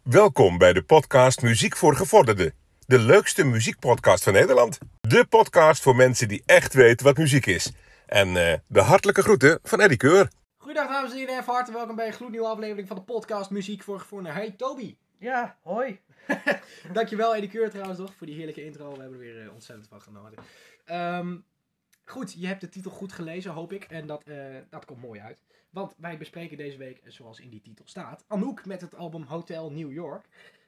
Welkom bij de podcast Muziek voor Gevorderden. De leukste muziekpodcast van Nederland. De podcast voor mensen die echt weten wat muziek is. En de hartelijke groeten van Eddie Keur. Goedendag dames en heren en van harte welkom bij een gloednieuwe aflevering van de podcast Muziek voor Gevorderden. Hey Toby! Ja, hoi! Dankjewel Eddie Keur trouwens nog voor die heerlijke intro. We hebben er weer ontzettend van genoten. Goed, je hebt de titel goed gelezen hoop ik en dat komt mooi uit. Want wij bespreken deze week, zoals in die titel staat, Anouk met het album Hotel New York.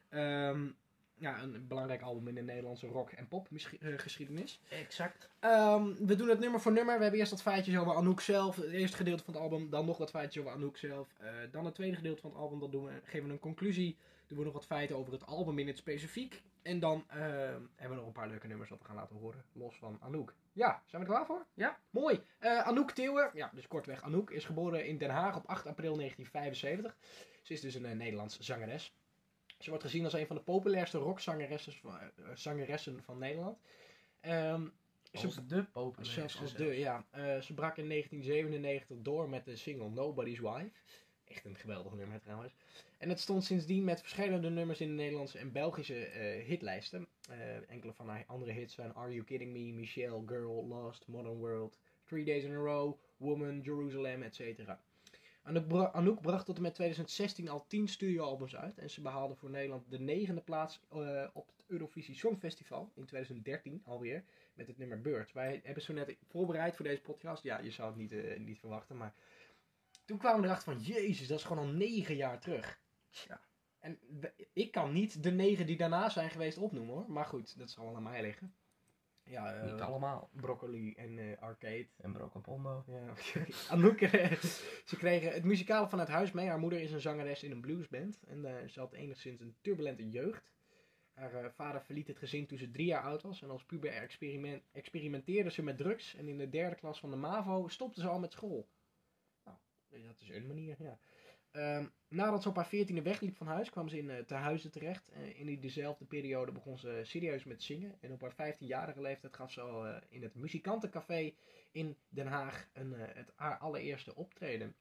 Een belangrijk album in de Nederlandse rock- en popgeschiedenis. Exact. We doen het nummer voor nummer. We hebben eerst wat feitjes over Anouk zelf. Het eerste gedeelte van het album. Dan nog wat feitjes over Anouk zelf. Dan het tweede gedeelte van het album. Geven we een conclusie. Doen we nog wat feiten over het album in het specifiek. En dan hebben we nog een paar leuke nummers dat we gaan laten horen. Los van Anouk. Ja, zijn we er klaar voor? Ja. Mooi. Anouk Theeuwen. Ja, dus kortweg Anouk. Is geboren in Den Haag op 8 april 1975. Ze is dus een Nederlands zangeres. Ze wordt gezien als een van de populairste rockzangeressen van Nederland. De populairste. Zelfs als de, ja. Ze brak in 1997 door met de single Nobody's Wife. Echt een geweldig nummer trouwens. En het stond sindsdien met verschillende nummers in de Nederlandse en Belgische hitlijsten. Enkele van haar andere hits zijn Are You Kidding Me, Michelle, Girl, Lost, Modern World, 3 Days in a Row, Woman, Jerusalem, etc. Anouk bracht tot en met 2016 al 10 studioalbums uit. En ze behaalde voor Nederland de 9e plaats op het Eurovisie Songfestival in 2013 alweer. Met het nummer Birds. Wij hebben zo net voorbereid voor deze podcast. Ja, je zou het niet verwachten. Maar toen kwamen we erachter van, jezus, dat is gewoon al 9 jaar terug. Ja. En ik kan niet de 9 die daarna zijn geweest opnoemen hoor. Maar goed, dat zal wel aan mij liggen. Ja, niet allemaal. Broccoli en Arcade. En Broken Pondo. Ja, Anouk, ze kregen het muzikale vanuit huis mee. Haar moeder is een zangeres in een bluesband. En ze had enigszins een turbulente jeugd. Haar vader verliet het gezin toen ze 3 jaar oud was. En als puber experimenteerde ze met drugs. En in de 3e klas van de MAVO stopte ze al met school. Nou, dat is een manier, ja. Nadat ze op haar 14e wegliep van huis, kwam ze in tehuizen terecht. In dezelfde periode begon ze serieus met zingen. En op haar 15-jarige leeftijd gaf ze al in het muzikantencafé in Den Haag haar allereerste optreden.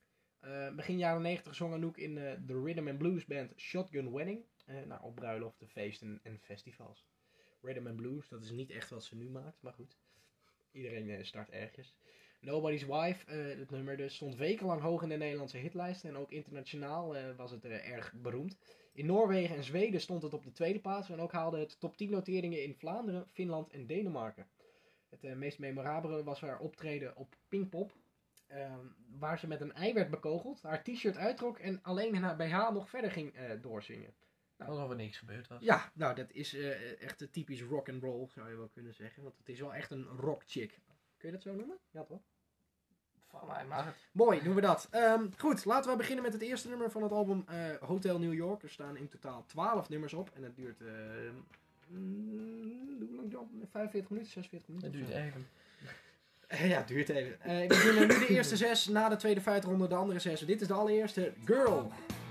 Begin jaren 90 zong Anouk in de rhythm and blues band Shotgun Wedding. Op bruiloften, feesten en festivals. Rhythm and blues, dat is niet echt wat ze nu maakt, maar goed. Iedereen start ergens. Nobody's Wife, het nummer dus, stond wekenlang hoog in de Nederlandse hitlijsten. En ook internationaal was het erg beroemd. In Noorwegen en Zweden stond het op de 2e plaats. En ook haalde het top 10 noteringen in Vlaanderen, Finland en Denemarken. Het meest memorabele was haar optreden op Pinkpop. Waar ze met een ei werd bekogeld, haar t-shirt uittrok en alleen in haar BH nog verder ging doorzingen. Nou, alsof er niks gebeurd was. Ja, nou dat is echt een typisch rock and roll zou je wel kunnen zeggen. Want het is wel echt een rock chick. Kun je dat zo noemen? Ja toch? Van mij mag het. Mooi, doen we dat. Goed, laten we beginnen met het eerste nummer van het album Hotel New York. Er staan in totaal 12 nummers op. En het duurt... hoe lang John? 45 minuten, 46 minuten? Het duurt even. Ja, het duurt even. We doen nu de eerste 6, na de tweede feitronde de andere 6. Dit is de allereerste, Girl.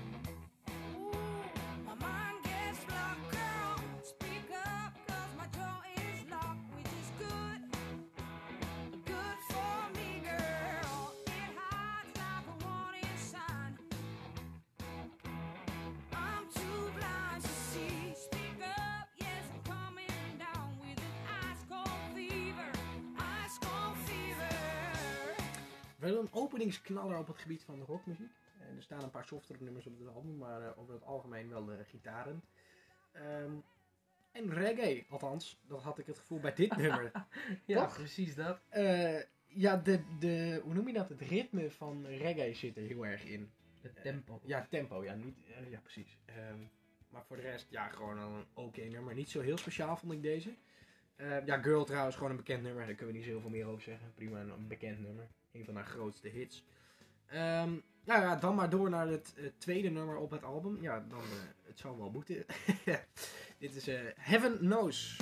Wel een openingsknaller op het gebied van de rockmuziek. Er staan een paar softere nummers op het album, maar over het algemeen wel de gitaren. En reggae, althans, dat had ik het gevoel bij dit nummer. Ja, toch? precies dat. Ja, hoe noem je dat? Het ritme van reggae zit er heel erg in. Het tempo. Ja, tempo, ja, niet, ja precies. Maar voor de rest, ja, gewoon een oké nummer. Niet zo heel speciaal vond ik deze. Ja, Girl trouwens, gewoon een bekend nummer. Daar kunnen we niet zoveel meer over zeggen. Prima, een bekend nummer. Een van haar grootste hits. Nou ja, dan maar door naar het tweede nummer op het album. Ja, dan, het zal wel moeten. Dit is Heaven Knows.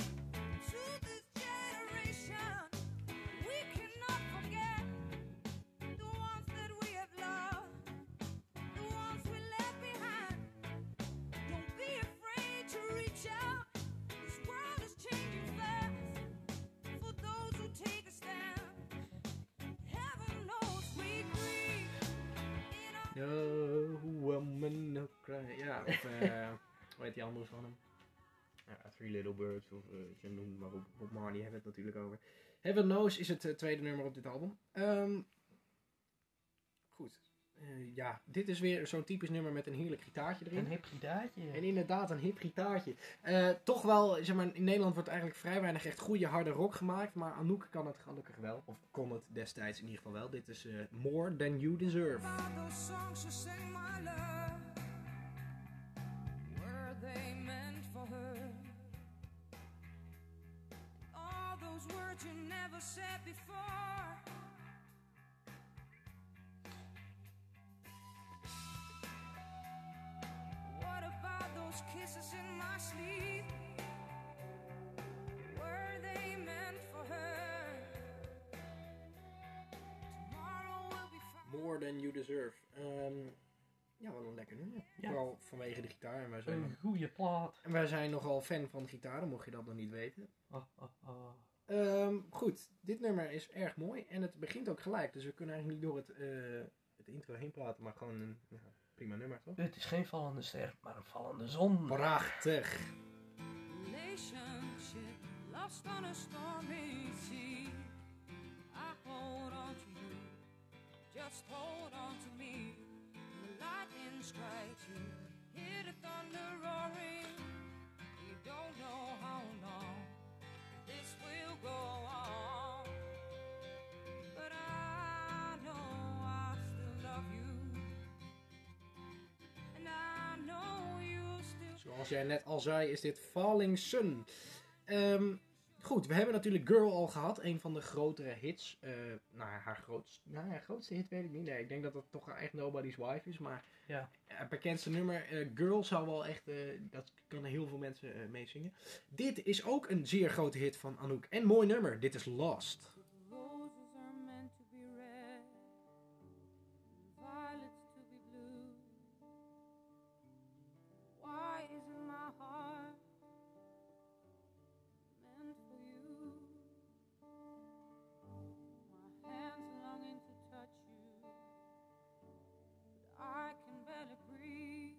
No woman no cry. Ja, Ja, of hoe heet die andere van hem? Ja, Three Little Birds of je noemt maar op. Bob Marley hebben we het natuurlijk over. Heaven Knows is het tweede nummer op dit album. Goed. Ja, dit is weer zo'n typisch nummer met een heerlijk gitaartje erin. Een hip gitaartje. En inderdaad, een hip gitaartje. Toch wel, zeg maar, in Nederland wordt eigenlijk vrij weinig echt goede harde rock gemaakt. Maar Anouk kan het gelukkig wel. Of kon het destijds in ieder geval wel. Dit is More Than You Deserve. Words you never said before. What about those kisses in my sleep? Were they meant for her? Tomorrow will be fine. More Than You Deserve. Ja, wel een lekker nummer. Ja. Vooral vanwege de gitaar. En Een goede plaat. wij zijn nogal fan van gitaren, mocht je dat nog niet weten. Oh. Goed, dit nummer is erg mooi en het begint ook gelijk. Dus we kunnen eigenlijk niet door het intro heen praten, maar gewoon een prima nummer, toch? Het is geen vallende ster, maar een vallende zon. Prachtig! Relationship lost on a stormy sea. I hold on to you, just hold on to me. The lightning strikes you, hear the thunder roaring. You don't know how long this will go on, but I know I still love you, and I know you still. Zoals jij net al zei, is dit Falling Sun. Goed, we hebben natuurlijk Girl al gehad. Een van de grotere hits. Haar grootste hit weet ik niet. Nee, ik denk dat dat toch echt Nobody's Wife is. Maar Ja. het bekendste nummer, Girl, zou wel echt... dat kunnen heel veel mensen meezingen. Dit is ook een zeer grote hit van Anouk. En mooi nummer. Dit is Lost. Roses are meant to be red, violets to be blue. Why isn't my heart meant for you? My hands longing to touch you, but I can barely breathe.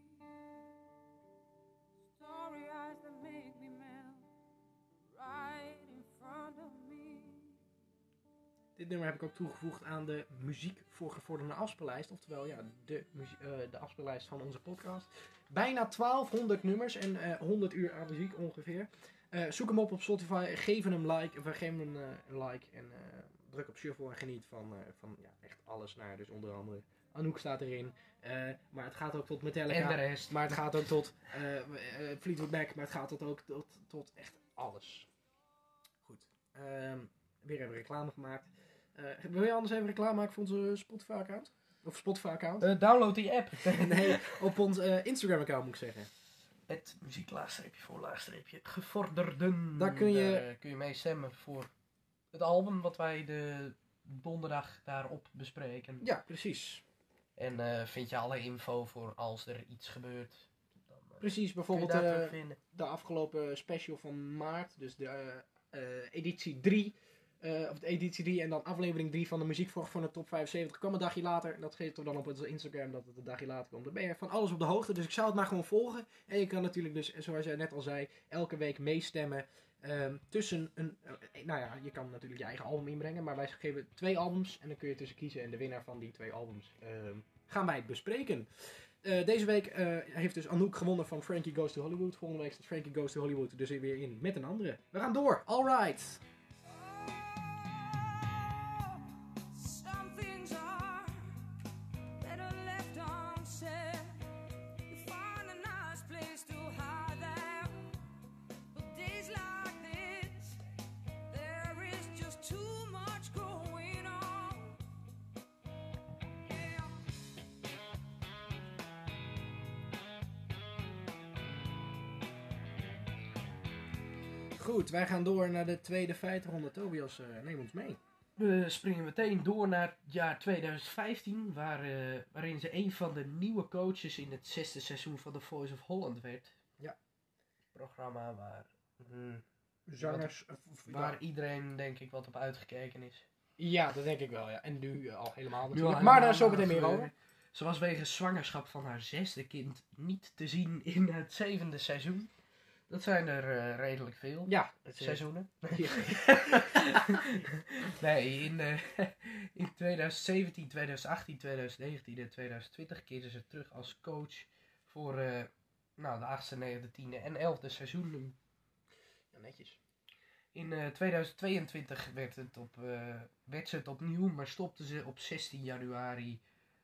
Starry eyes that make me melt right in front of me. Dit nummer heb ik ook toegevoegd aan de muziek voor gevorderde afspeellijst. Oftewel, ja, de afspeellijst van onze podcast. Bijna 1200 nummers en 100 uur aan muziek ongeveer. Zoek hem op Spotify, geef hem een like en druk op shuffle en geniet van ja, echt alles naar. Dus onder andere Anouk staat erin. Maar het gaat ook tot Metallica. En de rest. Maar het gaat ook tot Fleetwood Mac. Maar het gaat ook tot echt alles. Goed. Weer even reclame gemaakt. Wil je anders even reclame maken voor onze Spotify-account? Of Spotify-account? Download die app. Nee, op ons Instagram-account moet ik zeggen. Het muziek_voor_gevorderden. Daar kun je... Daar kun je mee stemmen voor het album wat wij de donderdag daarop bespreken. Ja, precies. En vind je alle info voor als er iets gebeurt. Dan, Precies, kun je bijvoorbeeld daar terugvinden. de afgelopen special van maart. Dus de editie 3. Of de editie 3 en dan aflevering 3 van de muziekvolg van de top 75 kwam een dagje later. Dat geeft er dan op onze Instagram dat het een dagje later komt. Dan ben je van alles op de hoogte. Dus ik zou het maar gewoon volgen. En je kan natuurlijk dus, zoals jij net al zei, elke week meestemmen. Tussen een... nou ja, je kan natuurlijk je eigen album inbrengen. Maar wij geven 2 albums. En dan kun je tussen kiezen. En de winnaar van die 2 albums gaan wij bespreken. Deze week heeft dus Anouk gewonnen van Frankie Goes to Hollywood. Volgende week staat Frankie Goes to Hollywood dus weer in met een andere. We gaan door. Alright. Some things are better left unsaid. You find a nice place to hide them, but days like this, there is just too much going on. Yeah. Goed, wij gaan door naar de tweede feitenronde. Tobias, neem ons mee. We springen meteen door naar het jaar 2015, waarin ze een van de nieuwe coaches in het 6e seizoen van The Voice of Holland werd. Ja. Programma Zangers. waar iedereen denk ik wat op uitgekeken is. Ja, dat denk ik wel, ja. En nu al helemaal Nu natuurlijk. al Maar daar helemaal is ook meteen meer gebeuren. over. Ze was wegens zwangerschap van haar 6e kind niet te zien in het 7e seizoen. Dat zijn er redelijk veel. Ja, het Seizoenen. Ja. Nee, in 2017, 2018, 2019 en 2020 keerden ze terug als coach voor de 8e, 9e, 10e en 11e seizoenen. Ja, netjes. In 2022 werd ze het opnieuw, maar stopte ze op 16 januari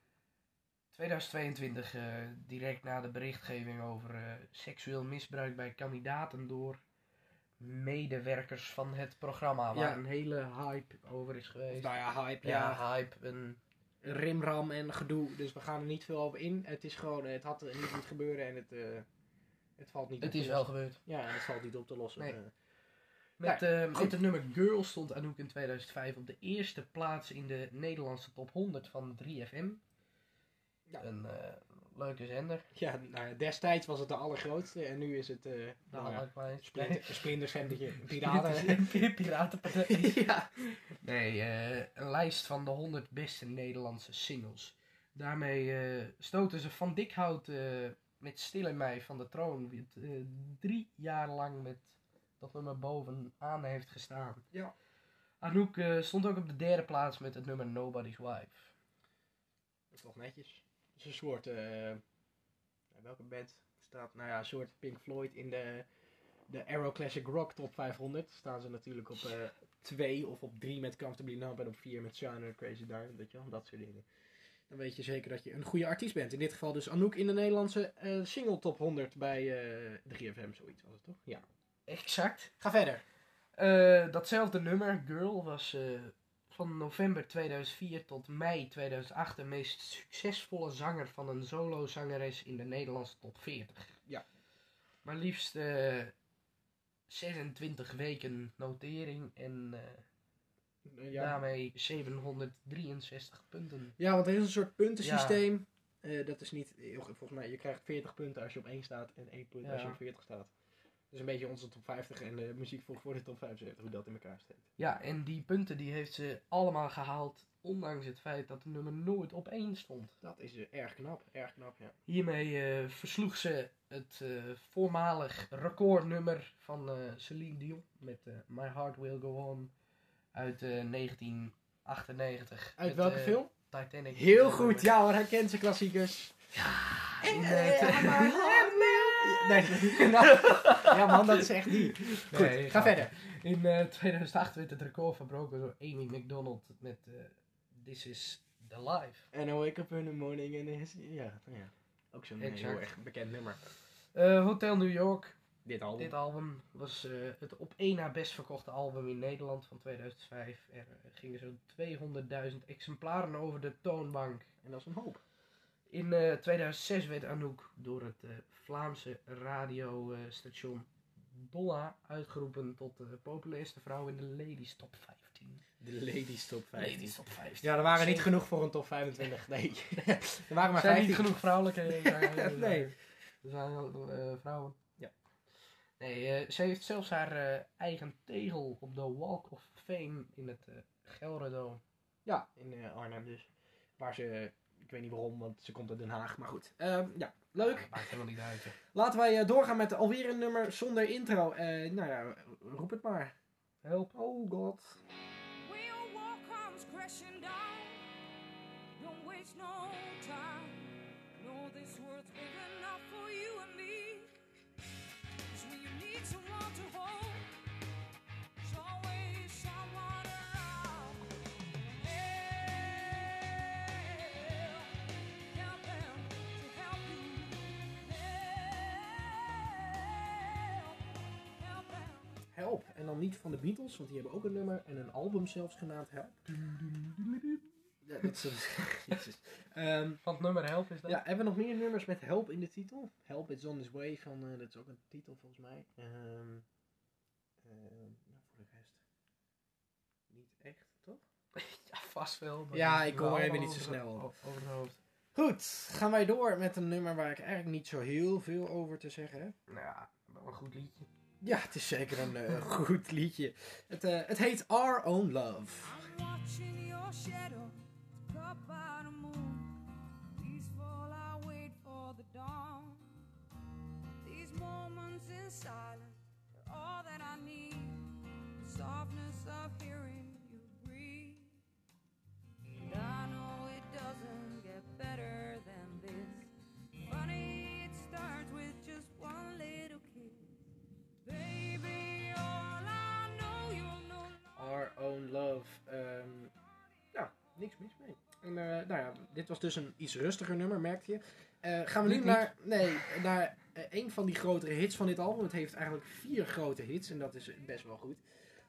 2022 direct na de berichtgeving over seksueel misbruik bij kandidaten door medewerkers van het programma, waar Ja. een hele hype over is geweest. Nou ja, hype, Ja, hype. Een... rimram en gedoe, dus we gaan er niet veel over in. Het is gewoon, het had niet moeten gebeuren en het valt niet op Het te is wel lossen. gebeurd. Ja, en het valt niet op te lossen. Nee. goed. Met het nummer Girl stond Anouk in 2005 op de eerste plaats in de Nederlandse top 100 van 3FM. Ja. Een leuke zender. Ja, nou ja, destijds was het de allergrootste en nu is het splinterzendertje, piraten. Piratenpartij. Ja. Nee, een lijst van de 100 beste Nederlandse singles. Daarmee stoten ze Van Dikhout met Stil in Mij van de troon. Die 3 jaar lang met dat nummer bovenaan heeft gestaan. Ja. Anouk stond ook op de 3e plaats met het nummer Nobody's Wife. Dat is toch netjes. Het is een soort, welke band staat, nou ja, een soort Pink Floyd in de Aero Classic Rock Top 500. Staan ze natuurlijk op 2 of op 3 met Comfortably Numb en op 4 met Shiner, Crazy Diamond, weet je wel, dat soort dingen. Dan weet je zeker dat je een goede artiest bent. In dit geval dus Anouk in de Nederlandse single top 100 bij 3FM, zoiets was het toch? Ja. Exact. Ga verder. Datzelfde nummer, Girl, was van november 2004 tot mei 2008 de meest succesvolle zanger van een solo-zangeres in de Nederlandse top 40. Ja. Maar liefst 26 weken notering en daarmee 763 punten. Ja, want er is een soort puntensysteem. Dat is niet, volgens mij, je krijgt 40 punten als je op 1 staat en 1 punt als je op 40 staat. Dus een beetje onze top 50 en de muziek voor de top 75, hoe dat in elkaar steekt. Ja, en die punten die heeft ze allemaal gehaald, ondanks het feit dat de nummer nooit op 1 stond. Dat is erg knap, ja. Hiermee versloeg ze het voormalig recordnummer van Celine Dion met My Heart Will Go On uit 1998. Uit Het, welke film? Titanic. Heel goed, ja hoor, hij kent zijn klassiekers. Ja man, dat is echt die. Goed, Nee, ga verder. In 2008 werd het record verbroken door Amy McDonald met This Is The Life. En I wake up in the morning and ja. Ook zo'n Exact. heel erg bekend nummer. Hotel New York. Dit album. Dit album was het op 1 na best verkochte album in Nederland van 2005. Er gingen zo'n 200.000 exemplaren over de toonbank. En dat is een hoop. In 2006 werd Anouk door het Vlaamse radiostation Dolla uitgeroepen tot de populairste vrouw in de Ladies Top 15. De Ladies Top 15. Ladies Top 15. Ja, er waren niet genoeg voor een top 25. Nee. Er waren maar zijn 15. niet genoeg vrouwelijke Nee. Er zijn vrouwen. Ja. Nee, ze heeft zelfs haar eigen tegel op de Walk of Fame in het Gelredome. Ja, in Arnhem dus. Waar ze, ik weet niet waarom, want ze komt uit Den Haag. Maar goed, ja, leuk. Maakt helemaal niet uit. Hè. Laten wij doorgaan met alweer een nummer zonder intro. Nou ja, roep het maar. Help. Oh god. When your wall comes crashing down, don't waste no time. Know this world's big enough for you and me. 'Cause when you need someone to hold, there's always someone around. Help them to help you. Help them. Help. En dan niet van de Beatles, want die hebben ook een nummer en een album zelfs genaamd Help. Ja, dat is Jezus. Van het nummer Help is dat? Ja, hebben we nog meer nummers met Help in de titel? Help It's On This Way van, dat is ook een titel volgens mij. Nou, voor de rest niet echt, toch? Ja, vast wel. maar Ja, die ik kom er allemaal even niet zo over- snel op. Over het hoofd. Goed, gaan wij door met een nummer waar ik eigenlijk niet zo heel veel over te zeggen heb. Nou ja, wel een goed liedje. Ja, het is zeker een goed liedje. Het heet Our Own Love. I'm watching your shadow cut by the moon. These dawn. These moments in silence are all that I need. The softness of hearing you breathe. And I know it doesn't get better than this. Funny, it starts with just one little kiss. Baby, all I know you'll know. Our Own Love. Ja, niks mis mee. En, nou ja, dit was dus een iets rustiger nummer, merkte je. Gaan we nu naar een van die grotere hits van dit album. Het heeft eigenlijk 4 grote hits en dat is best wel goed.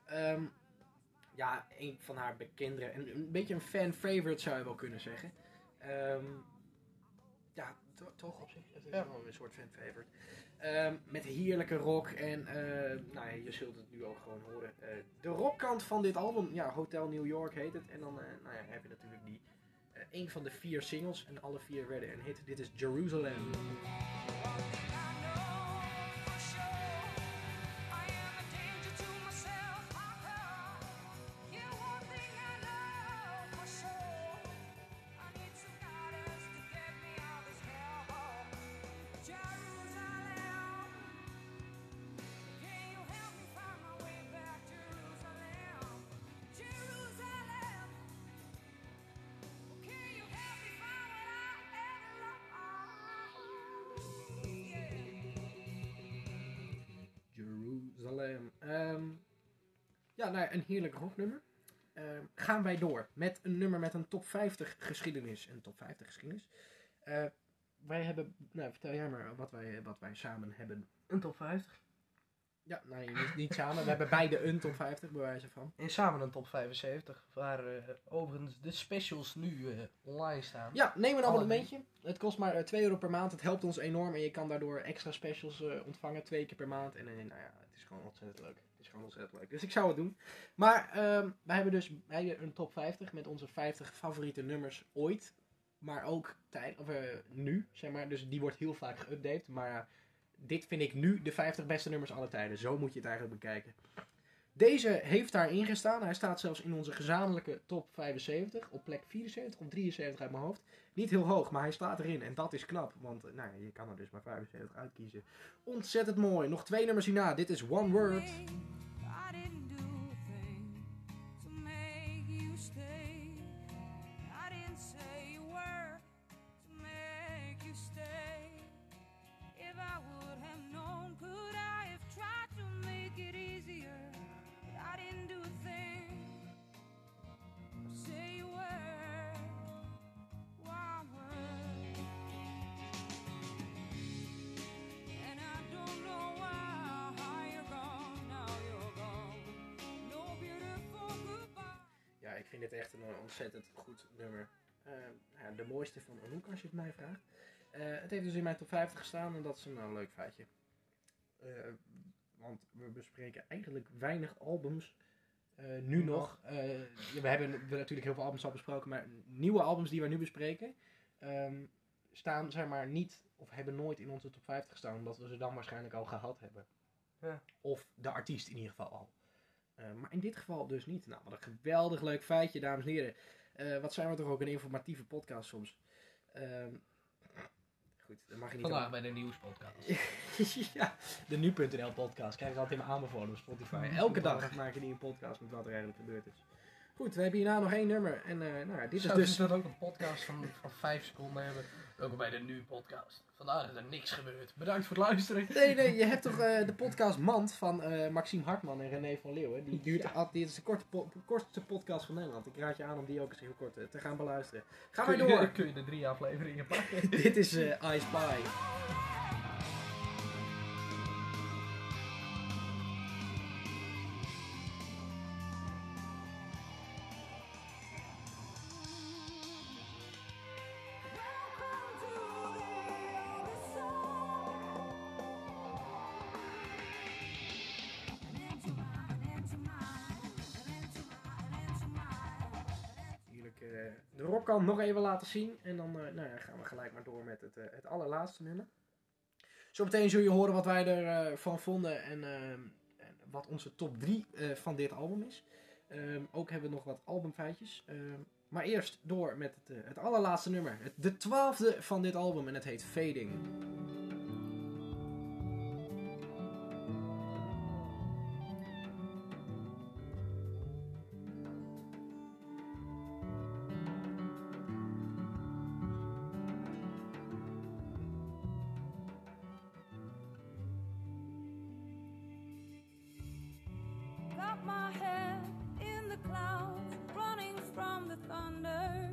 Ja, een van haar bekendere en een beetje een fan-favorite zou je wel kunnen zeggen. Ja, toch op zich. Het is wel een soort fan-favorite. Met heerlijke rock en nou ja, je zult het nu ook gewoon horen. De rockkant van dit album, ja, Hotel New York heet het. En dan nou ja, heb je natuurlijk een van de 4 singles en alle 4 werden een hit. Dit is Jerusalem. Jerusalem. Ja, nou, een heerlijk rocknummer. Gaan wij door met een nummer met een top 50 geschiedenis. Een top 50 geschiedenis. Wij hebben, nou vertel jij maar wat wij samen hebben. Een top 50. Ja, nee, niet samen. We hebben beide een top 50 bij wijze van. En samen een top 75. Waar overigens de specials nu online staan. Ja, neem een abonnementje. Het kost maar €2 per maand. Het helpt ons enorm en je kan daardoor extra specials ontvangen 2 keer per maand. En nou ja, het is gewoon ontzettend leuk. Dus ik zou het doen. Maar wij hebben dus een top 50 met onze 50 favoriete nummers ooit. Maar ook nu, zeg maar. Dus die wordt heel vaak geüpdate. Maar dit vind ik nu de 50 beste nummers aller tijden. Zo moet je het eigenlijk bekijken. Deze heeft daarin gestaan. Hij staat zelfs in onze gezamenlijke top 75. Op plek 74 of 73 uit mijn hoofd. Niet heel hoog, maar hij staat erin. En dat is knap. Want nou, je kan er dus maar 75 uitkiezen. Ontzettend mooi. Nog 2 nummers hierna. Dit is One Word. I didn't do a thing to make you stay. I didn't say a word to make you stay. If I would have known, could I have tried to make it easier? But I didn't do a thing or say a word, one word. And I don't know why you're gone, now you're gone. No beautiful goodbye. Ja, ik vind dit echt een ontzettend goed nummer. Ja, de mooiste van Anouk, als je het mij vraagt. Het heeft dus in mijn top 50 gestaan en dat is een leuk feitje. Want we bespreken eigenlijk weinig albums. Nu nog. We hebben natuurlijk heel veel albums al besproken, maar nieuwe albums die we nu bespreken staan zeg maar niet of hebben nooit in onze top 50 gestaan, omdat we ze dan waarschijnlijk al gehad hebben. Ja. Of de artiest in ieder geval al. Maar in dit geval dus niet. Nou, wat een geweldig leuk feitje, dames en heren. Wat zijn we toch ook een informatieve podcast soms. Goed, dat mag je niet. Vandaag bij de nieuwspodcast. Ja, de Nu.nl podcast. Krijg ik altijd in me aanbevolen op Spotify. Elke dag maken die een podcast met wat er eigenlijk gebeurd is. Goed, we hebben hierna nog 1 nummer. En nou ja, dit is dus... dat ook een podcast van 5 seconden hebben. Welkom bij de Nu-podcast. Vandaag is er niks gebeurd. Bedankt voor het luisteren. Nee, je hebt toch de podcast Mand van Maxime Hartman en René van Leeuwen. Die duurt dit is de kortste podcast van Nederland. Ik raad je aan om die ook eens heel kort te gaan beluisteren. Gaan we door. Kun je de 3 afleveringen pakken. Dit is I Spy. De rockkant nog even laten zien. En dan nou ja, gaan we gelijk maar door met het allerlaatste nummer. Zometeen zul je horen wat wij ervan vonden. En wat onze top 3 van dit album is. Ook hebben we nog wat albumfeitjes. Maar eerst door met het allerlaatste nummer. De 12e van dit album en het heet Fading. Got my head in the clouds, running from the thunder.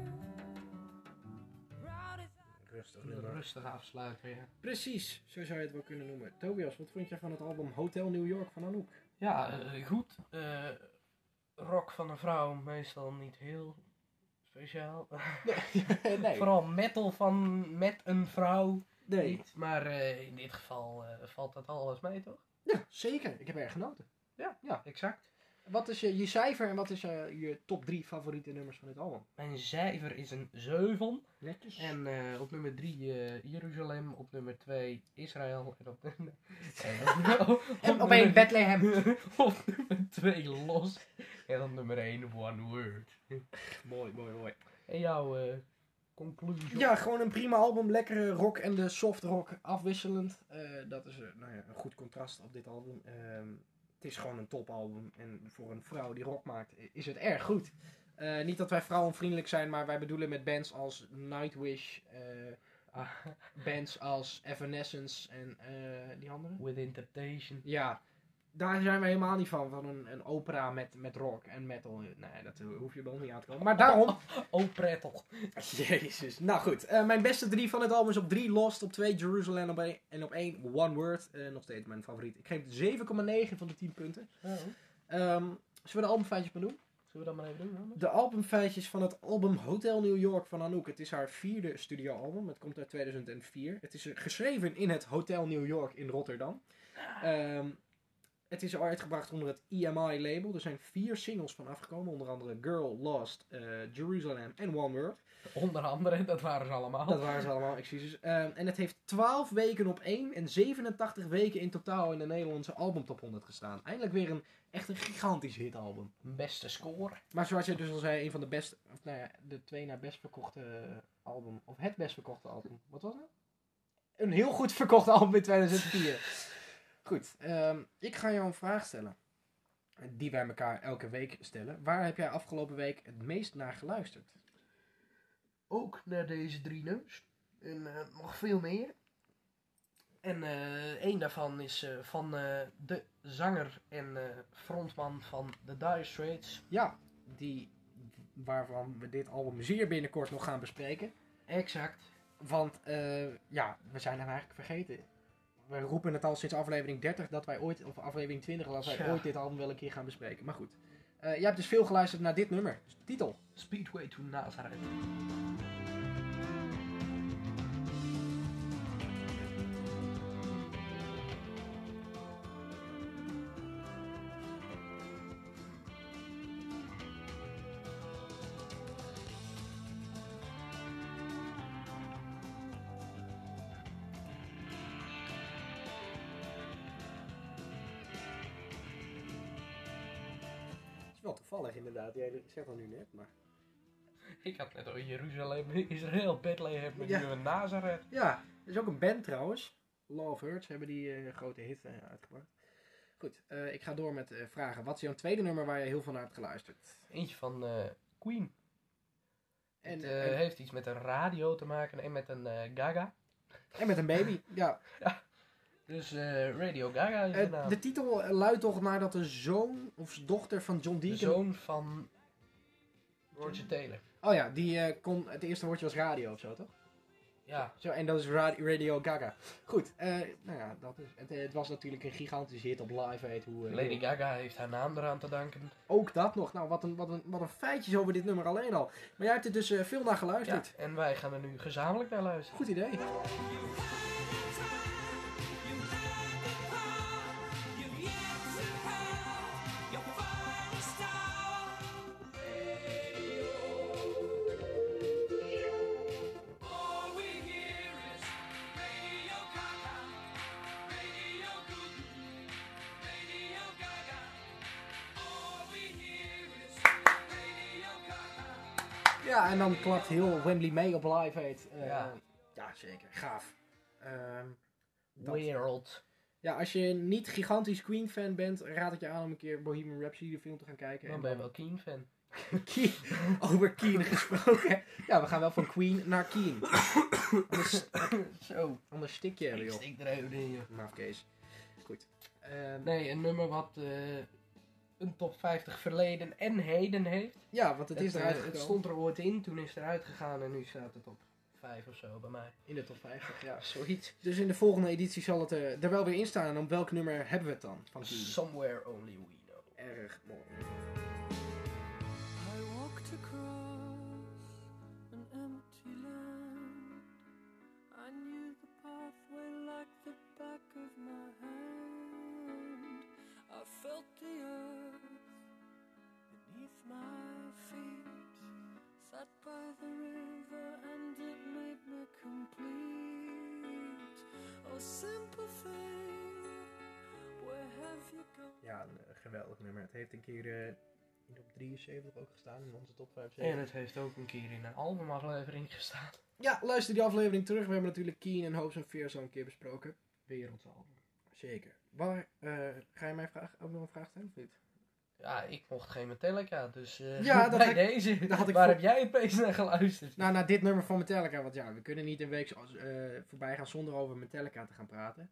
Proud as I Rustig Een nummer. rustige afsluiter, ja. Precies, zo zou je het wel kunnen noemen. Tobias, wat vond je van het album Hotel New York van Anouk? Ja, goed. Rock van een vrouw, meestal niet heel speciaal. Nee. Vooral metal met een vrouw Nee. niet. Maar in dit geval valt dat alles mee, toch? Ja, zeker. Ik heb erg genoten. Ja, exact. Wat is je cijfer en wat is je top 3 favoriete nummers van dit album? Mijn cijfer is een 7. Netjes. En op nummer 3 Jeruzalem, op nummer 2 Israël en op nummer... En op 1 Bethlehem. Op nummer 2 Los. En op nummer 1 One Word. Mooi, mooi, mooi. En jouw conclusie? Ja, gewoon een prima album. Lekkere rock en de soft rock afwisselend. Dat is een goed contrast op dit album. Het is gewoon een topalbum. En voor een vrouw die rock maakt, is het erg goed. Niet dat wij vrouwenvriendelijk zijn, maar wij bedoelen met bands als Nightwish, bands als Evanescence en die andere. Within Temptation. Ja, daar zijn we helemaal niet van een opera met rock en metal. Nee, dat hoef je bij ons niet aan te komen. Maar daarom... Oh, prettig. Jezus. Nou goed, mijn beste 3 van het album is op 3 Lost, op 2 Jerusalem en op 1 One Word. Nog steeds mijn favoriet. Ik geef het 7,9 van de 10 punten. Oh. Zullen we de albumfeitjes maar doen? Zullen we dat maar even doen? Dan? De albumfeitjes van het album Hotel New York van Anouk. Het is haar 4e studioalbum. Het komt uit 2004. Het is geschreven in het Hotel New York in Rotterdam. Het is uitgebracht onder het EMI label. Er zijn 4 singles van afgekomen. Onder andere Girl, Lost, Jerusalem en One Word. Onder andere, dat waren ze allemaal. Dat waren ze allemaal, excuses. En het heeft 12 weken op 1 en 87 weken in totaal in de Nederlandse albumtop 100 gestaan. Eindelijk weer echt een gigantisch hitalbum. Beste score. Maar zoals je dus al zei, een van de best, of nou ja, de 2 na best verkochte album, of het best verkochte album. Wat was het? Een heel goed verkocht album in 2004. Goed, ik ga jou een vraag stellen. Die wij elkaar elke week stellen. Waar heb jij afgelopen week het meest naar geluisterd? Ook naar deze 3 nummers. En nog veel meer. En één daarvan is van de zanger en frontman van The Dire Straits. Ja, waarvan we dit album zeer binnenkort nog gaan bespreken. Exact. Want ja, we zijn hem eigenlijk vergeten. We roepen het al sinds aflevering 30 dat wij ooit, of aflevering 20, dat wij ooit dit album wel een keer gaan bespreken. Maar goed. Jij hebt dus veel geluisterd naar dit nummer. Dus de titel. Speedway to Nazareth. Wel toevallig inderdaad, jij zegt dat nu net, maar... Ik had net al Jeruzalem, Israël, Bethlehem en Ja. nu een Nazareth. Ja, er is ook een band trouwens. Love Hurts hebben die een grote hit uitgebracht. Goed, ik ga door met vragen. Wat is jouw tweede nummer waar je heel veel naar hebt geluisterd? Eentje van Queen. En, Het heeft iets met een radio te maken en met een Gaga. en met een baby, ja. Dus Radio Gaga is de naam. De titel luidt toch naar dat de zoon of dochter van John De Deacon... zoon van Roger Taylor. Oh ja, die het eerste woordje was radio of zo, toch? Ja, Zo, en dat is Radio Gaga. Goed, nou ja, dat is, het was natuurlijk een gigantische hit op Live Aid. Lady Gaga heeft haar naam eraan te danken. Ook dat nog. Nou, wat een feitjes over dit nummer alleen al. Maar jij hebt er dus veel naar geluisterd. Ja, en wij gaan er nu gezamenlijk naar luisteren. Goed idee. Ja, en dan klapt heel Wembley mee op Live Aid. Ja. Ja, zeker. Gaaf. Dat. Wereld. Ja, als je niet gigantisch Queen-fan bent, raad ik je aan om een keer Bohemian Rhapsody de film te gaan kijken. Dan En ben je wel Keen-fan. Over Keen gesproken. Ja, we gaan wel van Queen naar Keen. Zo. Anders stik je er, Ik joh. stik er even in, joh. Maafkees. Goed. Nee, een nummer wat een top 50 verleden en heden heeft. Ja, want het is eruit het gekomen. stond er ooit in, toen is het eruit gegaan en nu staat het op 5 of zo bij mij. In de top 50, ja. Zoiets. Dus in de volgende editie zal het er wel weer in staan. En op welk nummer hebben we het dan van Keen? Somewhere Only We Know. Erg mooi. I walked across an empty land. I knew the pathway like the back of my hand. I felt the earth beneath my feet. Sat by the river and it made me complete. Oh, simple thing, where have you gone? Ja, een geweldig nummer. Het heeft een keer in op 73 ook gestaan in onze top En 75. het heeft ook een keer in een albumaflevering gestaan. Ja, luister die aflevering terug. We hebben natuurlijk Keen en Hopes and Fears al een keer besproken. Wereldalbum. Zeker. Waar, ga je mij ook nog een vraag stellen of niet? Ja, ik mocht geen Metallica, dus Ja, dat bij had- deze. dat had ik Waar voor- heb jij opeens naar geluisterd? Nou, naar dit nummer van Metallica. Want ja, we kunnen niet een week voorbij gaan zonder over Metallica te gaan praten.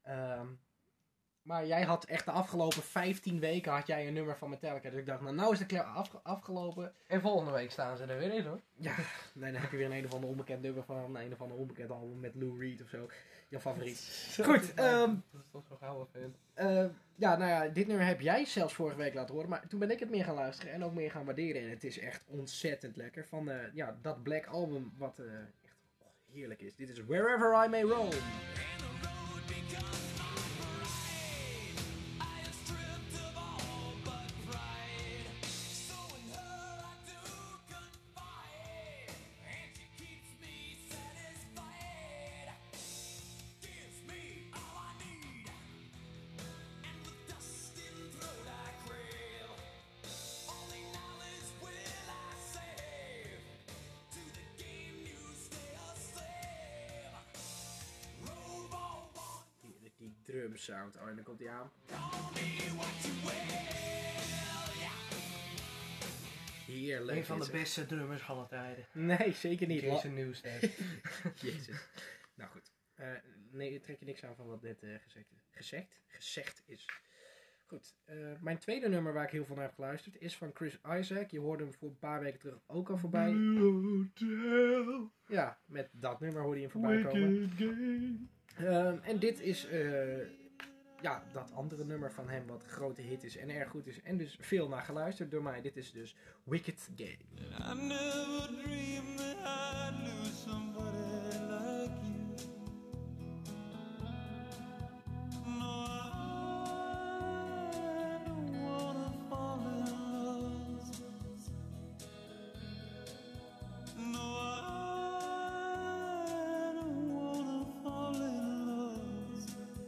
Maar jij had echt de afgelopen 15 weken had jij een nummer van Metallica. Dus ik dacht, nou is de afgelopen. En volgende week staan ze er weer in, hoor. Ja, nee, dan heb je weer een of ander onbekend nummer van een of ander onbekend album met Lou Reed of zo. Jouw favoriet. Goed, dat is toch zo'n gouden fan. Ja, nou ja, dit nummer heb jij zelfs vorige week laten horen. Maar toen ben ik het meer gaan luisteren en ook meer gaan waarderen. En het is echt ontzettend lekker. Van ja, dat Black Album wat echt heerlijk is. Dit is Wherever I May Roam. Die drum sound. Oh, en dan komt hij aan. Heerlijk. Een van de is beste drummers van alle tijden. het. Nee, zeker niet. Jason Newsted. Jezus. Nou goed. Nee, trek je niks aan van wat net gezegd is. Goed. Mijn tweede nummer waar ik heel veel naar heb geluisterd is van Chris Isaak. Je hoorde hem voor een paar weken terug ook al voorbij. Ja, met dat nummer hoorde je hem voorbij komen. En dit is ja, dat andere nummer van hem wat grote hit is en erg goed is. En dus veel naar geluisterd door mij. Dit is dus Wicked Game. I never dreamed that I'd lose somebody like you. No, I don't wanna fall in love. No, I don't wanna fall in love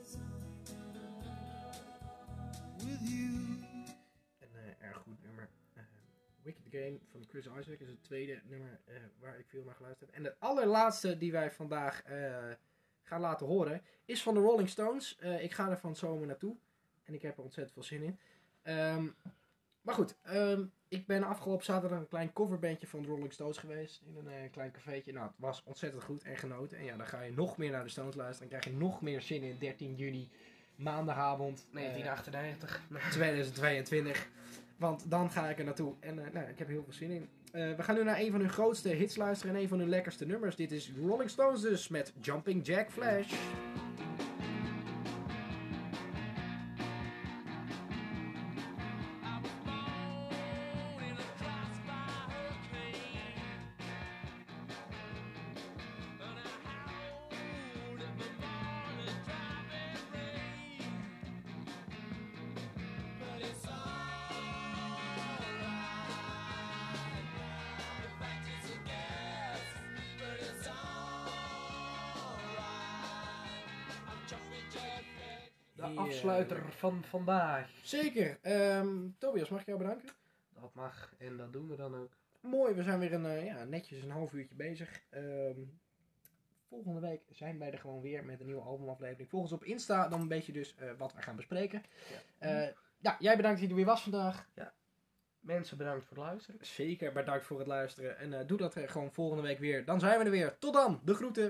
with you. Een erg goed nummer. Wicked Game van Chris Isaak is het tweede nummer waar ik veel naar geluisterd heb. En de allerlaatste die wij vandaag gaan laten horen is van de Rolling Stones. Ik ga er van zomer naartoe. En ik heb er ontzettend veel zin in. Maar goed, ik ben afgelopen zaterdag een klein coverbandje van de Rolling Stones geweest. In een klein cafeetje. Nou, het was ontzettend goed en genoten. En ja, dan ga je nog meer naar de Stones luisteren. Dan krijg je nog meer zin in 13 juni, maandagavond. 1998. 2022. Want dan ga ik er naartoe. En nou, ik heb er heel veel zin in. We gaan nu naar een van hun grootste hits luisteren. En een van hun lekkerste nummers. Dit is Rolling Stones dus met Jumping Jack Flash. De afsluiter van vandaag. Zeker. Tobias, mag ik jou bedanken? Dat mag en dat doen we dan ook. Mooi, we zijn weer netjes een half uurtje bezig. Volgende week zijn wij er gewoon weer met een nieuwe albumaflevering. Volg ons op Insta, dan weet je dus wat we gaan bespreken. Jij bedankt dat je er weer was vandaag. Mensen, bedankt voor het luisteren. Zeker, bedankt voor het luisteren. En doe dat gewoon volgende week weer. Dan zijn we er weer. Tot dan, de groeten.